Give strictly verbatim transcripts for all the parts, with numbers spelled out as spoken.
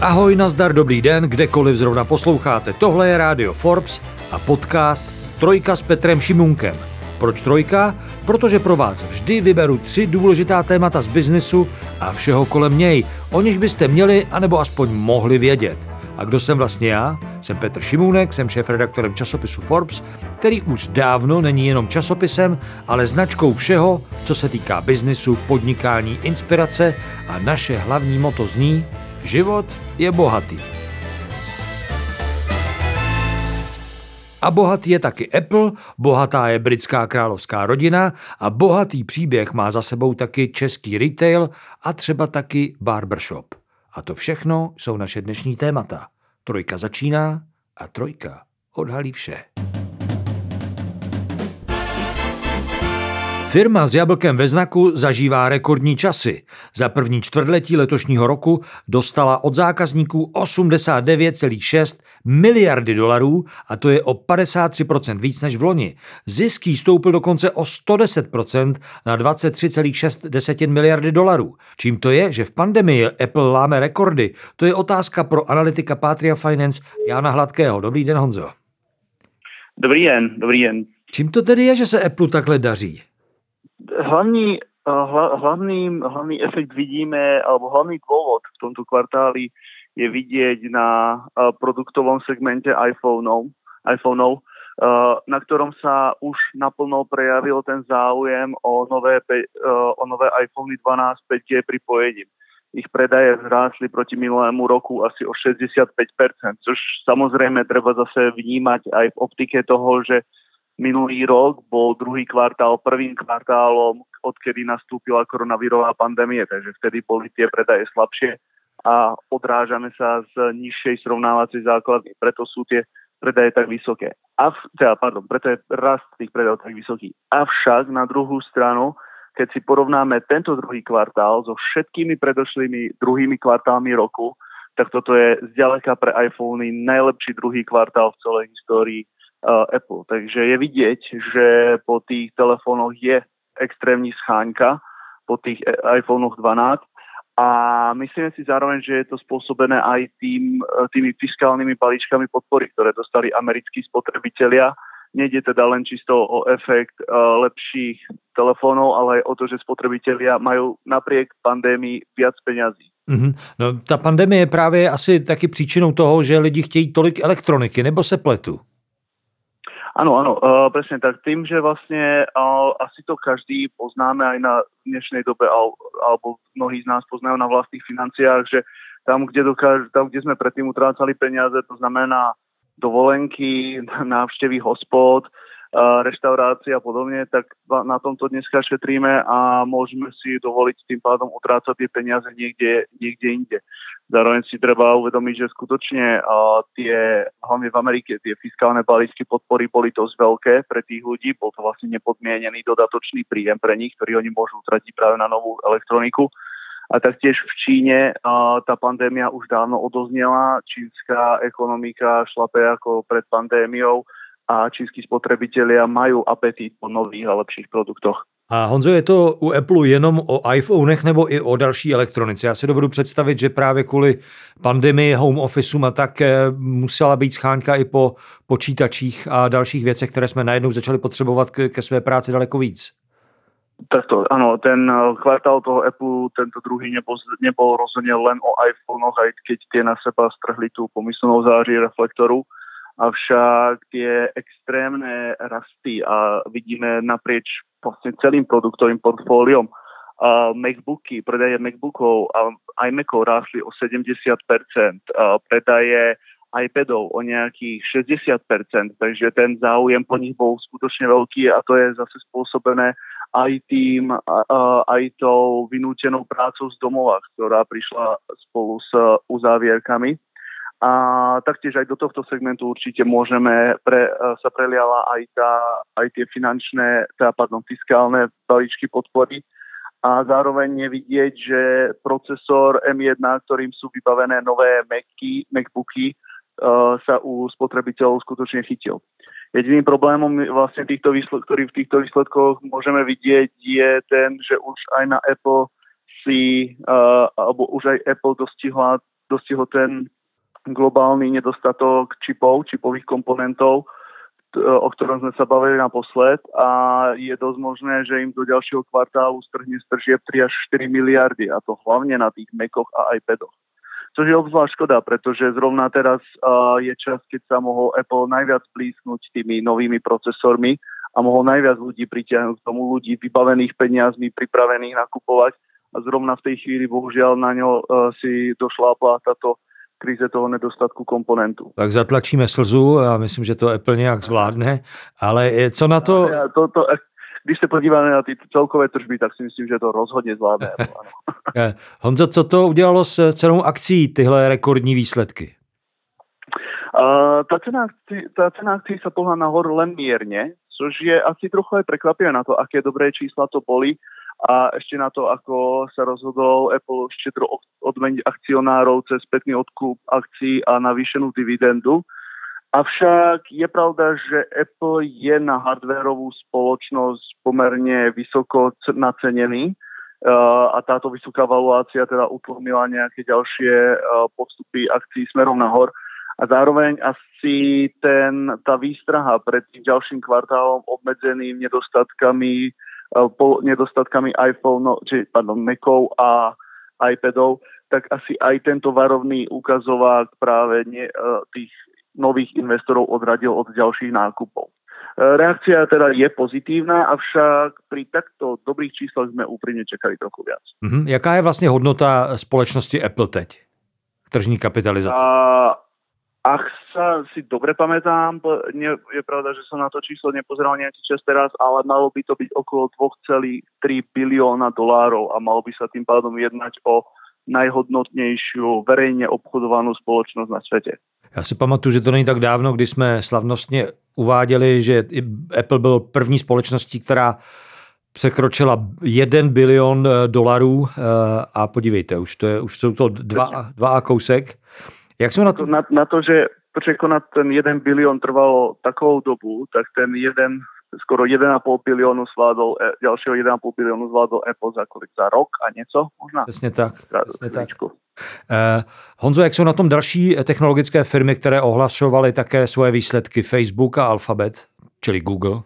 Ahoj, nazdar, dobrý den, kdekoliv zrovna posloucháte. Tohle je Rádio Forbes a podcast Trojka s Petrem Šimunkem. Proč trojka? Protože pro vás vždy vyberu tři důležitá témata z biznesu a všeho kolem něj, o nichž byste měli anebo aspoň mohli vědět. A kdo jsem vlastně já? Jsem Petr Šimůnek, jsem šéfredaktorem časopisu Forbes, který už dávno není jenom časopisem, ale značkou všeho, co se týká biznesu, podnikání, inspirace a naše hlavní motto zní: život je bohatý. A bohatý je taky Apple, bohatá je britská královská rodina a bohatý příběh má za sebou taky český retail a třeba taky barbershop. A to všechno jsou naše dnešní témata. Trojka začíná a trojka odhalí vše. Firma s jablkem ve znaku zažívá rekordní časy. Za první čtvrtletí letošního roku dostala od zákazníků osmdesát devět celá šest miliardy dolarů a to je o padesát tři procent víc než v loni. Zisk jí stoupil dokonce o sto deset procent na dvacet tři celá šest miliardy dolarů. Čím to je, že v pandemii Apple láme rekordy? To je otázka pro analytika Patria Finance Jána Hladkého. Dobrý den, Honzo. Dobrý den, dobrý den. Čím to tedy je, že se Apple takhle daří? Hlavný, hla, hlavný, hlavný efekt vidíme, alebo hlavný dôvod v tomto kvartáli je vidieť na produktovom segmente iPhoneov, iPhoneov, na ktorom sa už naplno prejavil ten záujem o nové, o nové iPhone dvanásť päť G pripojením. Ich predaje vzrástli proti minulému roku asi o šesťdesiatpäť percent, což samozrejme treba zase vnímať aj v optike toho, že minulý rok bol druhý kvartál prvým kvartálom, odkedy nastúpila koronavírová pandémie, takže vtedy boli tie predaje slabšie a odrážame sa z nižšej srovnávacej základny. Preto sú tie predaje tak vysoké. Av, teda, pardon, preto je rast tých predajov tak vysoký. Avšak na druhú stranu, keď si porovnáme tento druhý kvartál so všetkými predošlými druhými kvartálmi roku, tak toto je zďaleka pre iPhony najlepší druhý kvartál v celej histórii Apple. Takže je vidieť, že po tých telefónoch je extrémní scháňka, po tých iPhonech dvanásť a myslíme si zároveň, že je to spôsobené aj tým, tými fiskálnymi balíčkami podpory, ktoré dostali americkí spotrebitelia. Nejde teda len čisto o efekt uh, lepších telefónov, ale aj o to, že spotrebitelia majú napriek pandémii viac peňazí. Mm-hmm. No, ta pandemie je právě asi taky příčinou toho, že lidi chtějí tolik elektroniky, nebo se pletu? Áno, áno, uh, presne tak. Tým, že vlastne uh, asi to každý poznáme aj na dnešnej dobe, al, alebo mnohí z nás poznajú na vlastných financiách, že tam, kde, dokáž, tam, kde sme predtým utrácali peniaze, to znamená dovolenky, návštevy hospod, uh, reštaurácie a podobne, tak na tomto dneska šetríme a môžeme si dovoliť tým pádom utrácať tie peniaze niekde, niekde inde. Zároveň si treba uvedomiť, že skutočne uh, tie, hlavne v Amerike, tie fiskálne balíčky podpory boli dosť veľké pre tých ľudí. Bol to vlastne nepodmienený dodatočný príjem pre nich, ktorý oni môžu utratiť práve na novú elektroniku. A taktiež v Číne uh, tá pandémia už dávno odoznela. Čínska ekonomika šlape ako pred pandémiou a čínski spotrebitelia majú apetít po nových a lepších produktoch. A Honzo, je to u Apple jenom o iPhonech nebo i o další elektronice? Já si dovedu představit, že právě kvůli pandemii, home officeům a tak musela být scháňka i po počítačích a dalších věcech, které jsme najednou začali potřebovat ke, ke své práci daleko víc. Takto, áno, ten kvartál toho Apple, tento druhý nebol, nebol rozhodne len o iPhonech, aj keď tie na seba strhli tú pomyslnú záři reflektoru. Avšak tie extrémne rasty a vidíme naprieč vlastne celým produktovým portfóliom. Uh, Macbooky, predaje Macbookov a iMacov rástli o sedemdesiat percent, uh, predaje iPadov o nejakých šesťdesiat percent, takže ten záujem po nich bol skutočne veľký a to je zase spôsobené aj tým, uh, aj tou vynútenou prácou z domova, ktorá prišla spolu s uzávierkami. A taktiež aj do tohto segmentu určite môžeme, pre, sa preliala aj, tá, aj tie finančné, tá, pardon, fiskálne balíčky podpory a zároveň je vidieť, že procesor em jeden, ktorým sú vybavené nové Macy, Macbooky, uh, sa u spotrebiteľov skutočne chytil. Jediným problémom vlastne týchto výsledkov, ktorý v týchto výsledkoch môžeme vidieť, je ten, že už aj na Apple si, uh, alebo už aj Apple dostihla dostihl ten globálny nedostatok čipov, čipových komponentov, o ktorom sme sa bavili naposled a je dosť možné, že im do ďalšieho kvartálu strhne z tržieb tri až štyri miliardy a to hlavne na tých Macoch a iPadoch. Což je obzvlášť škoda, pretože zrovna teraz uh, je čas, keď sa mohol Apple najviac blízknuť tými novými procesormi a mohol najviac ľudí pritiahnuť k tomu, ľudí vybavených peniazmi, pripravených nakupovať a zrovna v tej chvíli bohužiaľ na ňo uh, si došlápla táto krize toho nedostatku komponentu. Tak zatlačíme slzu a myslím, že to Apple nějak zvládne, ale co na to... to, to když se podíváme na ty celkové tržby, tak si myslím, že to rozhodně zvládne. Honzo, co to udělalo s cenou akcí, tyhle rekordní výsledky? Uh, tá, cena akcií, tá cena akcií sa pohla nahor len mierne, což je asi trochu aj prekvapivé na to, aké dobré čísla to boli a ešte na to, ako sa rozhodol Apple štedro odmeniť akcionárov cez spätný odkup akcií a navýšenú dividendu. Avšak je pravda, že Apple je na hardwarovú spoločnosť pomerne vysoko nacenený a táto vysoká valuácia teda utlmila nejaké ďalšie postupy akcií smerom nahor. A zároveň asi ten, tá výstraha pred tým ďalším kvartálom obmedzeným nedostatkami po nedostatkami iPhone, či pardon, Macov a iPadov, tak asi aj tento varovný ukazovák práve nie, tých nových investorov odradil od ďalších nákupov. Reakcia teda je pozitívna, avšak pri takto dobrých číslach sme úprimne čekali trochu viac. Mm-hmm. Jaká je vlastně hodnota společnosti Apple teď? Tržní kapitalizace? A Ak sa si dobre pamätám, nie, je pravda, že som na to číslo nepozeral nejaký čas teraz, ale malo by to byť okolo dva celé tri bilióna dolárov a malo by sa tým pádom jednať o najhodnotnější verejně obchodovanou společnost na světě. Já si pamatuju, že to není tak dávno, kdy jsme slavnostně uváděli, že Apple byl první společností, která překročila jeden bilion dolarů a podívejte, už, to je, už jsou to dva, dva a kousek. Jak jsou na to? Na, na to, že překonat ten jeden bilion trvalo takovou dobu, tak ten jeden, skoro jeden a půl bilionu zvládol, ďalšího jeden a půl bilionu zvládol Apple za kolik? Za rok a něco možná? Přesně tak. Přesně tak. Eh, Honzo, jak jsou na tom další technologické firmy, které ohlašovaly také svoje výsledky? Facebook a Alphabet, čili Google?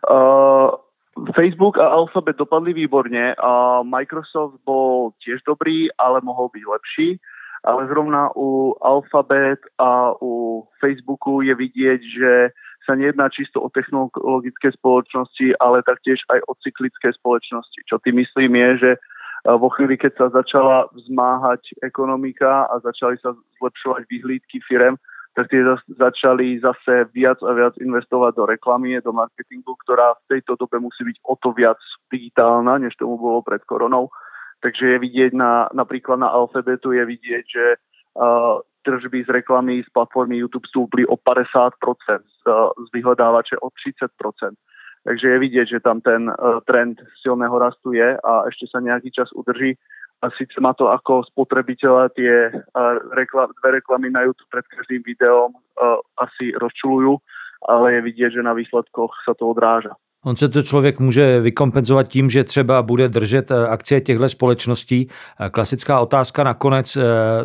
Uh, Facebook a Alphabet dopadli výborně a Microsoft bol tiež dobrý, ale mohol byť lepší. Ale zrovna u Alphabet a u Facebooku je vidieť, že sa nejedná čisto o technologické spoločnosti, ale taktiež aj o cyklické spoločnosti. Čo tým myslím je, že vo chvíli, keď sa začala vzmáhať ekonomika a začali sa zlepšovať vyhlídky firem, tak tie začali zase viac a viac investovať do reklamy, do marketingu, ktorá v tejto dobe musí byť o to viac digitálna, než tomu bolo pred koronou. Takže je vidieť na, napríklad na Alphabetu je vidieť, že uh, tržby z reklamy z platformy YouTube stúpli o päťdesiat percent, uh, z vyhľadávače o tridsať percent. Takže je vidieť, že tam ten uh, trend silného rastu je a ešte sa nejaký čas udrží. A síce má to ako spotrebiteľa tie uh, reklam, dve reklamy na YouTube pred každým videom uh, asi rozčulujú, ale je vidieť, že na výsledkoch sa to odráža. On se to člověk může vykompenzovat tím, že třeba bude držet akcie těchto společností. Klasická otázka nakonec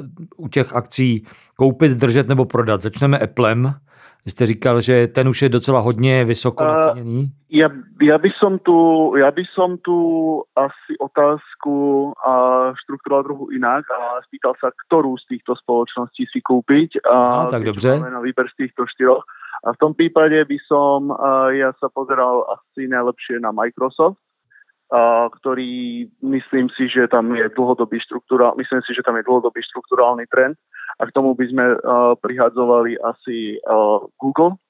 u těch akcí koupit, držet nebo prodat. Začneme Applem. Vy jste říkal, že ten už je docela hodně vysoko naceněný. Uh, ja, ja, by som tu, ja by som tu asi otázku a štruktúroval trochu inak a spýtal sa, ktorú z týchto spoločností si kúpiť. A tak dobře. Na výber z týchto štyroch. A v tom prípade by som uh, ja sa pozeral asi najlepšie na Microsoft, uh, ktorý myslím si, že tam je dlhodobý štruktúrál, myslím si, že tam je dlhodobý štruktúrálny trend a k tomu by sme uh, prihádzovali asi uh, Google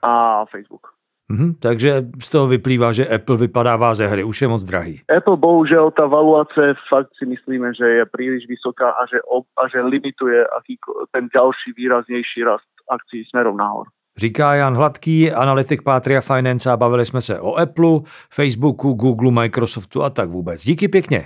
a Facebook. Mm-hmm, takže z toho vyplývá, že Apple vypadává ze hry, už je moc drahý. Apple bohužel tá valuácia fakt si myslíme, že je príliš vysoká a že, ob, a že limituje aký, ten ďalší výraznejší rast akcií smerom nahor. Říká Jan Hladký, analytik Patria Finance a bavili jsme se o Apple, Facebooku, Google, Microsoftu a tak vůbec. Díky pěkně.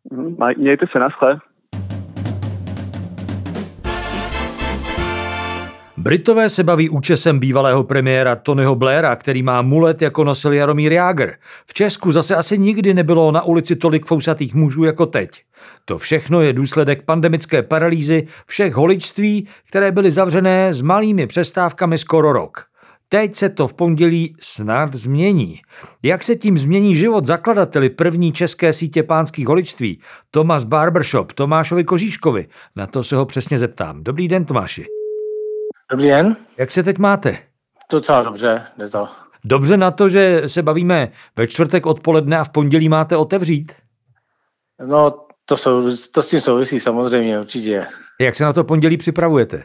Mějte se, naschle. Britové se baví účesem bývalého premiéra Tonyho Blaira, který má mulet, jako nosil Jaromír Jágr. V Česku zase asi nikdy nebylo na ulici tolik fousatých mužů jako teď. To všechno je důsledek pandemické paralýzy všech holičství, které byly zavřené s malými přestávkami skoro rok. Teď se to v pondělí snad změní. Jak se tím změní život zakladateli první české sítě pánských holičství, Thomas Barbershop, Tomášovi Kožíškovi? Na to se ho přesně zeptám. Dobrý den, Tomáši. Dobrý den. Jak se teď máte? Docela dobře, jde to. Dobře na to, že se bavíme ve čtvrtek odpoledne a v pondělí máte otevřít? No, to, sou, to s tím souvisí samozřejmě, určitě. Jak se na to pondělí připravujete?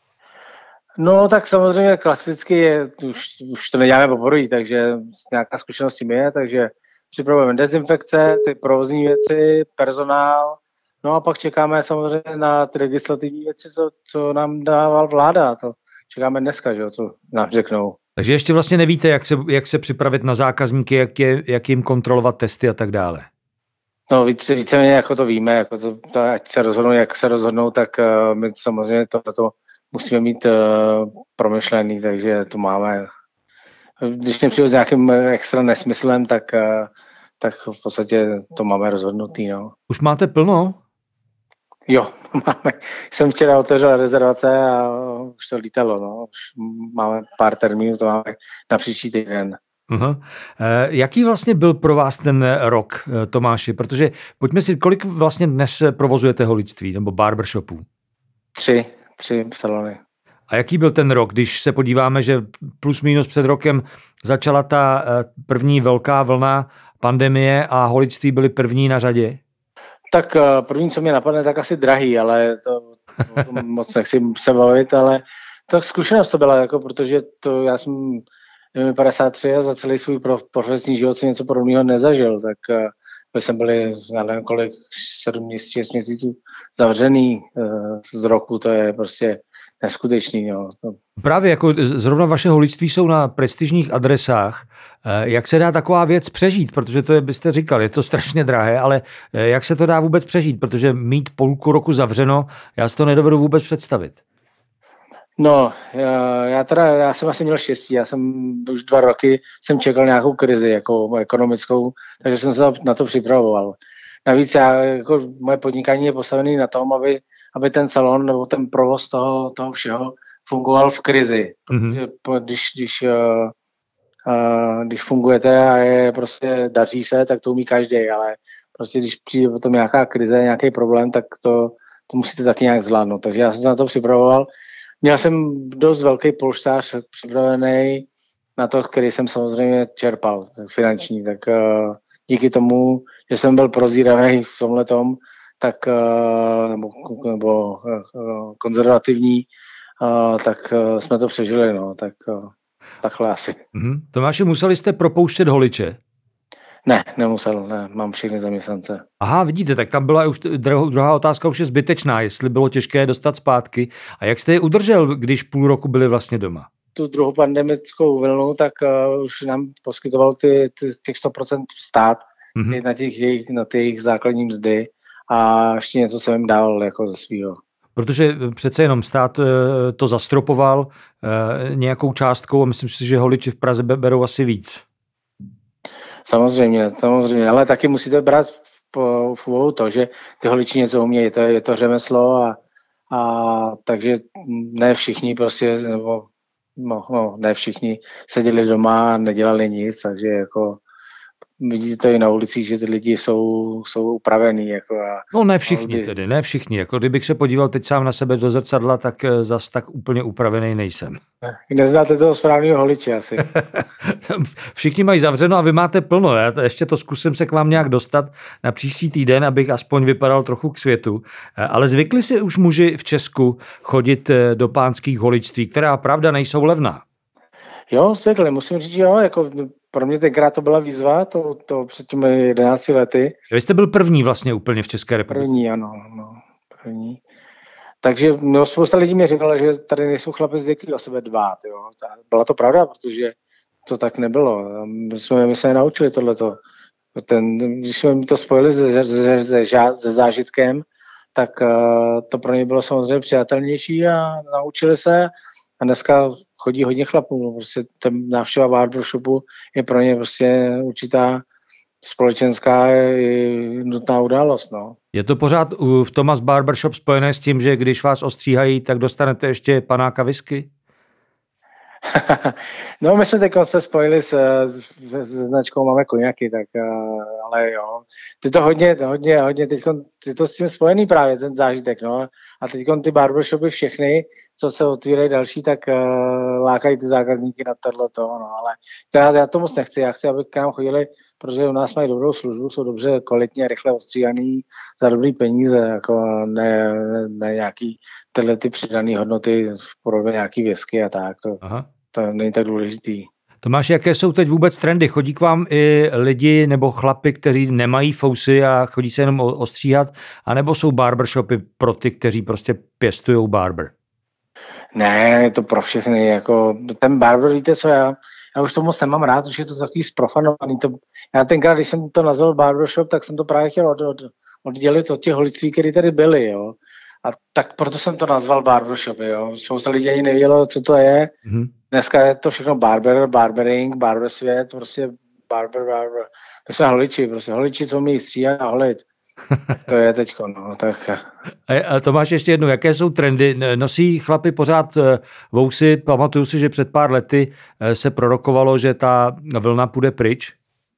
No, tak samozřejmě klasicky je, už, už to neděláme poprvé, takže nějaká zkušenost s tím je, takže připravujeme dezinfekce, ty provozní věci, personál, no a pak čekáme samozřejmě na ty legislativní věci, co, co nám dával vláda, to čekáme dneska, že jo, co nám řeknou. Takže ještě vlastně nevíte, jak se, jak se připravit na zákazníky, jak, je, jak jim kontrolovat testy a tak dále. No více, víceméně jako to víme, jako to, to, ať se rozhodnou, jak se rozhodnou, tak uh, my samozřejmě tohleto musíme mít uh, promyšlený, takže to máme. Když nepřijde s nějakým extra nesmyslem, tak, uh, tak v podstatě to máme rozhodnutý. No. Už máte plno? Jo, máme. Jsem včera otevřel rezervace a už to lítalo. No. Už máme pár termínů, to máme na příští týden. Uh-huh. E, jaký vlastně byl pro vás ten rok, Tomáši? Protože pojďme si, kolik vlastně dnes provozujete holičství nebo barbershopů? Tři, tři salony. A jaký byl ten rok, když se podíváme, že plus minus před rokem začala ta první velká vlna pandemie a holičství byly první na řadě? Tak první, co mě napadne, tak asi drahý, ale to, to moc nechci se bavit, ale tak zkušenost to byla, jako, protože to já jsem nevím, padesát tři a za celý svůj profesní život jsem něco podobného nezažil, tak uh, jsem byli, já nevím kolik, sedm měsíců, šest měsíců zavřený uh, z roku, to je prostě neskutečný. No. Právě jako zrovna vaše holičství jsou na prestižních adresách. Jak se dá taková věc přežít? Protože to je, byste říkal, je to strašně drahé, ale jak se to dá vůbec přežít? Protože mít půlku roku zavřeno, já si to nedovedu vůbec představit. No, já, já teda, já jsem asi měl štěstí, já jsem už dva roky jsem čekal nějakou krizi, jako ekonomickou, takže jsem se na to připravoval. Navíc já, jako moje podnikání je postavené na tom, aby, aby ten salon nebo ten provoz toho, toho všeho fungoval v krizi. Mm-hmm. Když, když, uh, uh, když fungujete a je prostě daří se, tak to umí každý, ale prostě když přijde potom nějaká krize, nějaký problém, tak to, to musíte taky nějak zvládnout. Takže já jsem se na to připravoval. Měl jsem dost velký polštář připravený na to, který jsem samozřejmě čerpal, finanční, tak uh, díky tomu, že jsem byl prozíravý v tomhletom, tak uh, nebo, nebo uh, konzervativní, uh, tak uh, jsme to přežili, no, tak uh, takhle asi. Mm-hmm. Tomáši, museli jste propouštět holiče? Ne, nemusel, ne, mám všechny zaměstnance. Aha, vidíte, tak tam byla už druhá otázka, už je zbytečná, jestli bylo těžké dostat zpátky. A jak jste je udržel, když půl roku byli vlastně doma? Tu druhou pandemickou vlnu, tak uh, už nám poskytoval ty, ty, těch sto procent stát mm-hmm. na těch jejich, na těch jejich základní mzdy a ještě něco jsem jim dával jako ze svýho. Protože přece jenom stát to zastropoval nějakou částkou a myslím si, že holiči v Praze berou asi víc. Samozřejmě, samozřejmě, ale taky musíte brát v úvahu to, že ty holiči něco umějí, to je, je to řemeslo a, a takže ne všichni prostě, nebo no, no, ne všichni seděli doma a nedělali nic, takže jako vidíte to i na ulicích, že ty lidi jsou, jsou upravený. Jako a, no ne všichni tedy, ne všichni. Jako kdybych se podíval teď sám na sebe do zrcadla, tak zas tak úplně upravený nejsem. Neznáte toho správného holiče asi. Všichni mají zavřeno a vy máte plno. Já ještě to zkusím se k vám nějak dostat na příští týden, abych aspoň vypadal trochu k světu. Ale zvykli si už muži v Česku chodit do pánských holičství, která pravda nejsou levná. Jo, zvykli, musím říct, jo, jako pro mě tenkrát to byla výzva, to, to před těmi jedenácti lety. Vy jste byl první vlastně úplně v České republice. První, ano, no, první. Takže no, spousta lidí mi říkala, že tady nejsou chlapi zvyklí o sebe dbát, jo. Byla to pravda, protože to tak nebylo. My jsme, my jsme naučili tohleto. Ten, když jsme to spojili se, se, se, se zážitkem, tak uh, to pro ně bylo samozřejmě přijatelnější a naučili se A dneska chodí hodně chlapů, no, prostě ten návštěva barbershopu je pro ně prostě určitá společenská i nutná událost, no. Je to pořád v Thomas Barbershop spojené s tím, že když vás ostříhají, tak dostanete ještě panáka whisky? No, my jsme teď se spojili s, s, s značkou Máme koněky, tak ale jo. Ty to hodně, hodně, hodně, teď ty to s tím spojený právě, ten zážitek, no. A teď ty barbershopy všechny, co se otvírají další, tak uh, lákají ty zákazníky na tohleto, no. Ale já, já to moc nechci, já chci, aby k nám chodili, protože u nás mají dobrou službu, jsou dobře kvalitně, rychle ostříhaný, za dobrý peníze, jako ne, ne nějaký tyhle ty přidané hodnoty v podobě nějaký whisky a tak, to, to není tak důležitý. Tomáš, jaké jsou teď vůbec trendy? Chodí k vám i lidi nebo chlapy, kteří nemají fousy a chodí se jenom ostříhat, anebo jsou barbershopy pro ty, kteří prostě pěstujou barber? Ne, je to pro všechny, jako ten barber, víte co, já, já už to moc nemám rád, už je to takový zprofanovaný. To, já tenkrát, když jsem to nazval barbershop, tak jsem to právě chtěl od, od, oddělit od těch holictví, které tady byly, jo. A tak proto jsem to nazval barbershop, jo. Spousta lidí ani nevědělo, co to je. Mm-hmm. Dneska je to všechno barber, barbering, barber svět, prostě barber, barber. To jsme holiči, prostě holiči, co umí stříhat a holit. To je teďko, no, tak. A Tomáš, ještě jednou, jaké jsou trendy? Nosí chlapi pořád vousy? Pamatuju si, že před pár lety se prorokovalo, že ta vlna půjde pryč.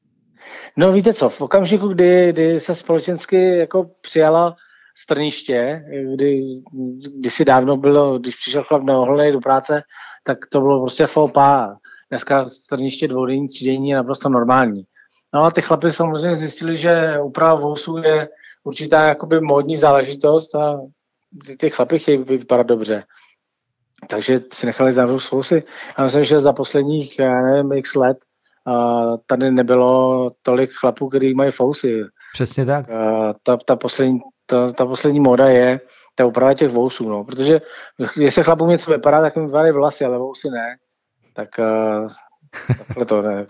No víte co, v okamžiku, kdy, kdy se společensky jako přijala strniště, kdy, kdy si dávno bylo, když přišel chlap neoholený do práce, tak to bylo prostě faux pas. Dneska strniště dvoudenní, třídenní je naprosto normální. No a ty chlapi samozřejmě zjistili, že úprava vousů je určitá jakoby módní záležitost a ty, ty chlapi chtějí vypadat dobře. Takže si nechali zavřít vousy. Já myslím, že za posledních, já nevím, x let uh, tady nebylo tolik chlapů, kteří mají fousy. Přesně tak. Uh, ta, ta, poslední, ta, ta poslední móda je ta úprava těch vousů, no. Protože jestli chlapům něco vypadá, tak mi vypadají vlasy, ale vousy ne. Tak uh, takhle to ne.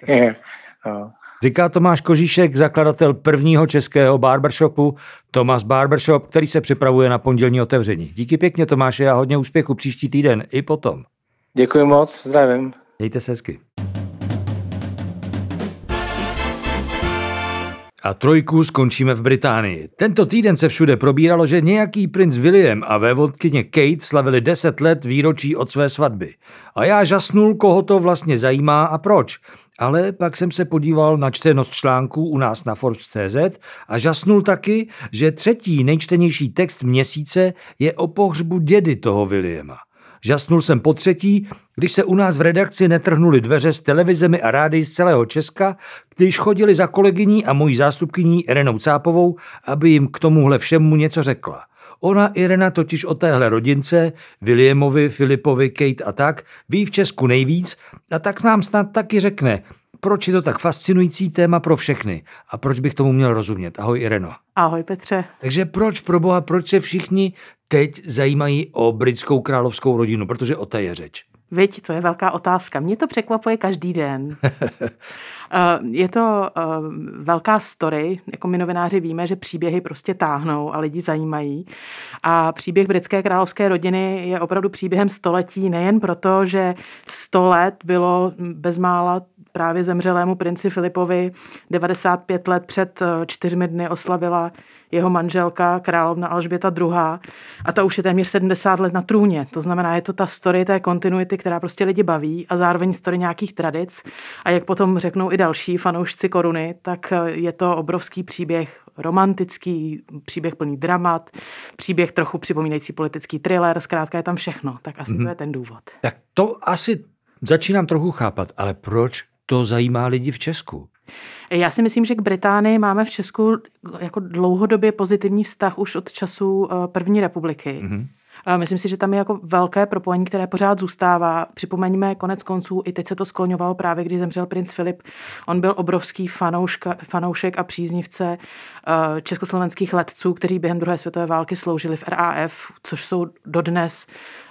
no. Říká Tomáš Kožíšek, zakladatel prvního českého barbershopu Thomas Barbershop, který se připravuje na pondělní otevření. Díky pěkně, Tomáše, a hodně úspěchu příští týden i potom. Děkuji moc, zdravím. Mějte se hezky. A trojku skončíme v Británii. Tento týden se všude probíralo, že nějaký princ William a vévodkyně Kate slavili deset let výročí od své svatby. A já žasnul, koho to vlastně zajímá a proč. Ale pak jsem se podíval na čtenost článků u nás na Forbes tečka cé zet a žasnul taky, že třetí nejčtenější text měsíce je o pohřbu dědy toho Williama. Žasnul jsem po třetí, když se u nás v redakci netrhnuly dveře s televizemi a rádií z celého Česka, když chodili za kolegyní a mojí zástupkyní Irenou Cápovou, aby jim k tomuhle všemu něco řekla. Ona, Irena, totiž o téhle rodince, Williamovi, Filipovi, Kate a tak, ví v Česku nejvíc a tak nám snad taky řekne, proč je to tak fascinující téma pro všechny a proč bych tomu měl rozumět. Ahoj, Ireno. Ahoj, Petře. Takže proč, proboha, proč se všichni teď zajímají o britskou královskou rodinu, protože o té je řeč? Viď, to je velká otázka. Mě to překvapuje každý den. Je to velká story, jako my novináři víme, že příběhy prostě táhnou a lidi zajímají. A příběh britské královské rodiny je opravdu příběhem století, nejen proto, že sto let bylo bezmála právě zemřelému princi Filipovi. devadesát pět let před čtyřmi dny oslavila jeho manželka, královna Alžběta druhá. A ta už je téměř sedmdesát let na trůně. To znamená, je to ta story té kontinuity, která prostě lidi baví a zároveň story nějakých tradic. A jak potom řeknou i další fanoušci koruny, tak je to obrovský příběh romantický, příběh plný dramat, příběh trochu připomínající politický thriller, zkrátka je tam všechno. Tak asi mm-hmm. to je ten důvod. Tak to asi začínám trochu chápat, ale proč to zajímá lidi v Česku? Já si myslím, že k Británii máme v Česku jako dlouhodobě pozitivní vztah už od času první republiky. Mm-hmm. Myslím si, že tam je jako velké propojení, které pořád zůstává. Připomeňme konec konců, i teď se to skloňovalo právě, když zemřel princ Filip. On byl obrovský fanouška, fanoušek a příznivce československých letců, kteří během druhé světové války sloužili v R A F, což jsou dodnes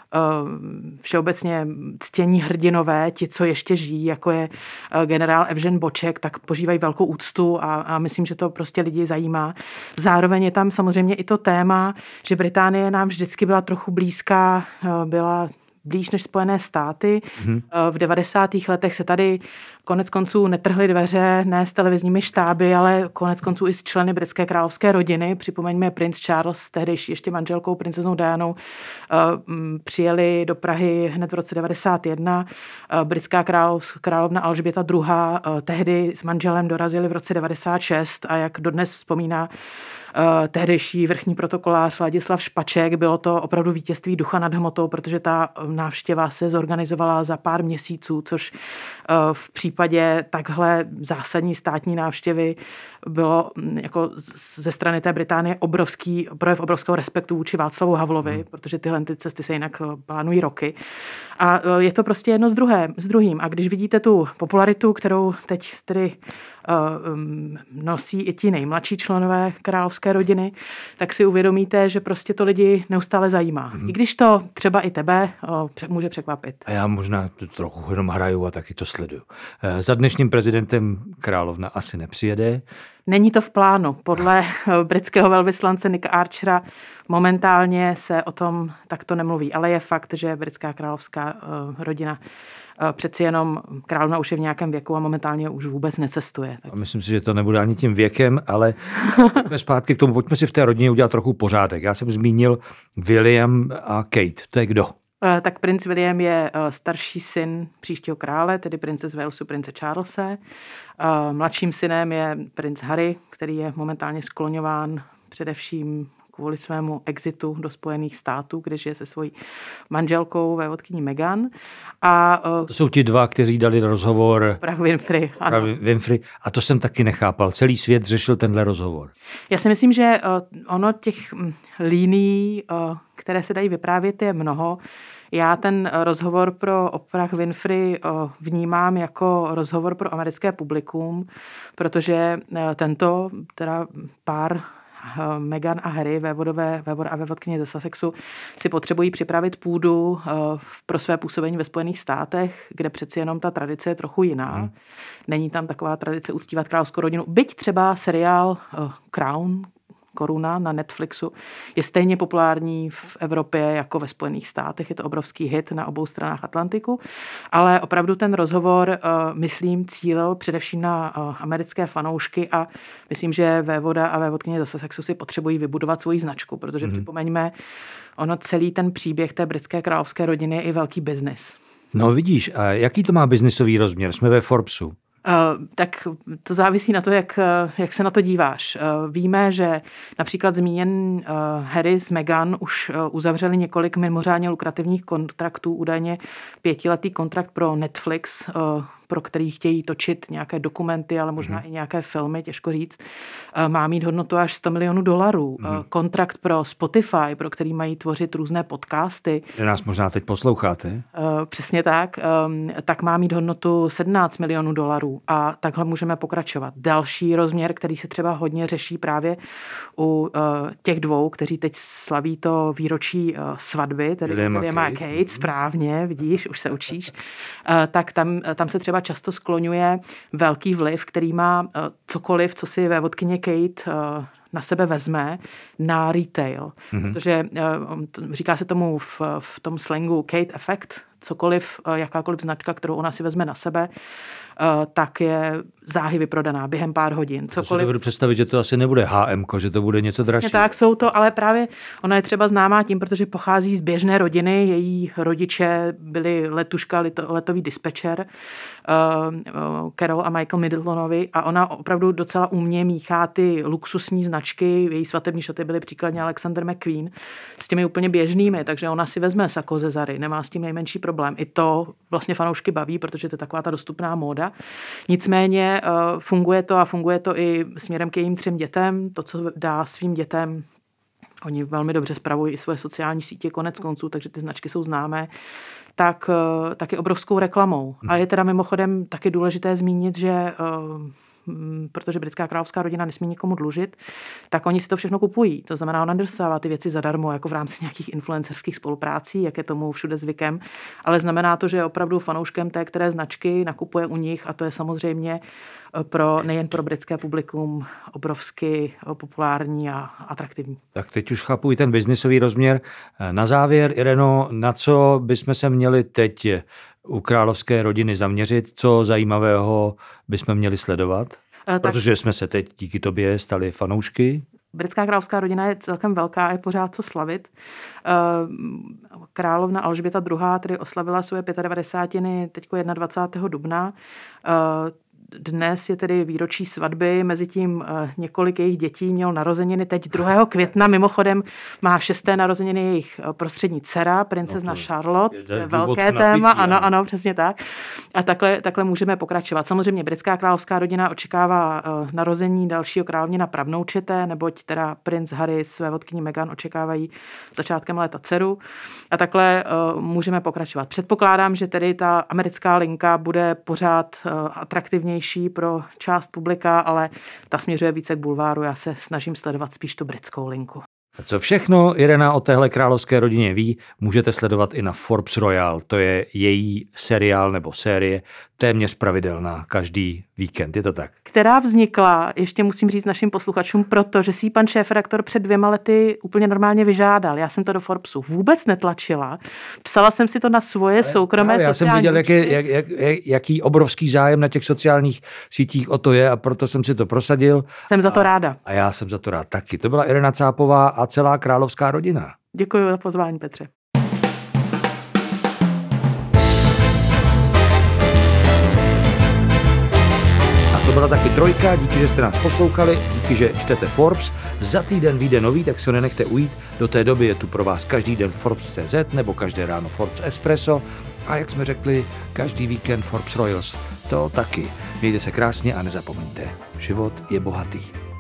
všeobecně ctění hrdinové, ti, co ještě žijí, jako je generál Evžen Boček, tak požívají velkou úctu a, a myslím, že to prostě lidi zajímá. Zároveň je tam samozřejmě i to téma, že Británie nám vždycky byla trochu blízká, byla blíž než Spojené státy. Hmm. V devadesátých letech se tady konec konců netrhly dveře, ne s televizními štáby, ale konec konců i s členy britské královské rodiny. Připomeňme, princ Charles s tehdejší ještě manželkou princeznou Dianou přijeli do Prahy hned v roce devadesát jedna. Britská královna Alžběta druhá. tehdy s manželem dorazili v roce devadesát šest a jak dodnes vzpomíná Uh, tehdejší vrchní protokolář Ladislav Špaček, bylo to opravdu vítězství ducha nad hmotou, protože ta návštěva se zorganizovala za pár měsíců, což uh, v případě takhle zásadní státní návštěvy bylo jako ze strany té Británie obrovský projev obrovského respektu vůči Václavu Havlovi, hmm. protože tyhle ty cesty se jinak plánují roky. A uh, je to prostě jedno s, druhé, s druhým. A když vidíte tu popularitu, kterou teď tedy um, nosí i ti nejmladší členové královské rodiny, tak si uvědomíte, že prostě to lidi neustále zajímá. Mm-hmm. I když to třeba i tebe o, může překvapit. A já možná trochu jenom hraju a taky to sleduju. E, za dnešním prezidentem královna asi nepřijede. Není to v plánu. Podle britského velvyslance Nicka Archera momentálně se o tom takto nemluví, ale je fakt, že britská královská uh, rodina uh, přeci jenom královna už je v nějakém věku a momentálně už vůbec necestuje. Tak. A myslím si, že to nebude ani tím věkem, ale pojďme zpátky k tomu, pojďme si v té rodině udělat trochu pořádek. Já jsem zmínil William a Kate. To je kdo? Tak princ William je starší syn příštího krále, tedy prince z Walesu, prince Charlese. Mladším synem je princ Harry, který je momentálně skloňován především kvůli svému exitu do Spojených států, kde žije se svojí manželkou, vévodkyní Meghan. A to jsou ti dva, kteří dali rozhovor. Oprah Winfrey. Ano. Oprah Winfrey. A to jsem taky nechápal. Celý svět řešil tenhle rozhovor. Já si myslím, že ono těch línií, které se dají vyprávět, je mnoho. Já ten rozhovor pro Oprah Winfrey vnímám jako rozhovor pro americké publikum, protože tento teda pár Meghan a Harry, vévodové, vévod a vévodkyně ze Sussexu, si potřebují připravit půdu pro své působení ve Spojených státech, kde přeci jenom ta tradice je trochu jiná. Hmm. Není tam taková tradice uctívat královskou rodinu. Byť třeba seriál Crown, Koruna na Netflixu je stejně populární v Evropě jako ve Spojených státech. Je to obrovský hit na obou stranách Atlantiku, ale opravdu ten rozhovor, myslím, cílil především na americké fanoušky a myslím, že vévoda a vévodkyně ze Sussexu si potřebují vybudovat svoji značku, protože mm-hmm. připomeňme, ono celý ten příběh té britské královské rodiny je i velký biznis. No vidíš, a jaký to má biznisový rozměr? Jsme ve Forbesu. Uh, tak to závisí na to, jak, jak se na to díváš. Uh, víme, že například zmíněn uh, Harry s Meghan už uh, uzavřeli několik mimořádně lukrativních kontraktů, údajně pětiletý kontrakt pro Netflix, uh, pro který chtějí točit nějaké dokumenty, ale možná mm. i nějaké filmy, těžko říct. Uh, má mít hodnotu až sto milionů dolarů. Mm. Uh, kontrakt pro Spotify, pro který mají tvořit různé podcasty. Že nás možná teď posloucháte. Uh, přesně tak. Um, tak má mít hodnotu sedmnáct milionů dolarů. A takhle můžeme pokračovat. Další rozměr, který se třeba hodně řeší právě u uh, těch dvou, kteří teď slaví to výročí uh, svatby, tedy William a Kate, Kate, správně, vidíš, už se učíš, uh, tak tam, tam se třeba často skloňuje velký vliv, který má uh, cokoliv, co si vévodkyně Kate uh, na sebe vezme na retail. Mm-hmm. Protože uh, říká se tomu v, v tom slangu Kate Effect, cokoliv, uh, jakákoliv značka, kterou ona si vezme na sebe, Uh, tak je záhy vyprodaná během pár hodin. Cokoliv... To si dovedu představit, že to asi nebude há emko, že to bude něco dražší. Tak jsou to, ale právě ona je třeba známá tím, protože pochází z běžné rodiny, její rodiče byli letuška, leto, letový dispečer, uh, uh, Carol a Michael Middletonovi a ona opravdu docela umně míchá ty luxusní značky, její svatební šaty byly příkladně Alexander McQueen, s těmi úplně běžnými, takže ona si vezme sako ze Zary, nemá s tím nejmenší problém. I to vlastně fanoušky baví, protože to je taková ta dostupná móda. Nicméně uh, funguje to a funguje to i směrem k jejím třem dětem. To, co dá svým dětem, oni velmi dobře spravují i svoje sociální sítě konec konců, takže ty značky jsou známé, tak, uh, tak je obrovskou reklamou. Hmm. A je teda mimochodem taky důležité zmínit, že uh, protože britská královská rodina nesmí nikomu dlužit, tak oni si to všechno kupují. To znamená, ona nedostává ty věci zadarmo, jako v rámci nějakých influencerských spoluprácí, jak je tomu všude zvykem, ale znamená to, že je opravdu fanouškem té které značky, nakupuje u nich a to je samozřejmě pro nejen pro britské publikum obrovsky populární a atraktivní. Tak teď už chápu i ten biznisový rozměr. Na závěr, Ireno, na co bychom se měli teď u královské rodiny zaměřit? Co zajímavého bychom měli sledovat? Tak, protože jsme se teď díky tobě stali fanoušky. Britská královská rodina je celkem velká a je pořád co slavit. Královna Alžběta druhá. tedy oslavila svoje devadesátiny teď dvacátého prvního dubna. Dnes je tedy výročí svatby, mezi tím několik jejich dětí mělo narozeniny teď druhého května. Mimochodem má šesté narozeniny jejich prostřední dcera, princezna no Charlotte. To je velké téma, napití, ano, ano, přesně tak. A takhle, takhle můžeme pokračovat. Samozřejmě britská královská rodina očekává narození dalšího královnina pravnoučete, neboť teda princ Harry své vodkyni Meghan očekávají začátkem léta dceru. A takhle můžeme pokračovat. Předpokládám, že tedy ta americká linka bude pořád atraktivnější pro část publika, ale ta směřuje více k bulváru. Já se snažím sledovat spíš tu britskou linku. A co všechno Irena o téhle královské rodině ví, můžete sledovat i na Forbes Royal. To je její seriál nebo série téměř pravidelná každý víkend. Je to tak? Která vznikla, ještě musím říct našim posluchačům, protože si ji pan šéfredaktor před dvěma lety úplně normálně vyžádal. Já jsem to do Forbesu vůbec netlačila. Psala jsem si to na svoje soukromé já sociální jsem viděl, jak je, jak, jak, jaký obrovský zájem na těch sociálních sítích o to je a proto jsem si to prosadil. Jsem za to a, ráda. A já jsem za to rád taky. To byla Irena Cápová a celá královská rodina. Děkuji za pozvání, Petře. To byla taky Trojka, díky, že jste nás poslouchali, díky, že čtete Forbes. Za týden vyjde nový, tak se nenechte ujít. Do té doby je tu pro vás každý den Forbes tečka cé zet nebo každé ráno Forbes Espresso. A jak jsme řekli, každý víkend Forbes Royals. To taky. Mějte se krásně a nezapomeňte, život je bohatý.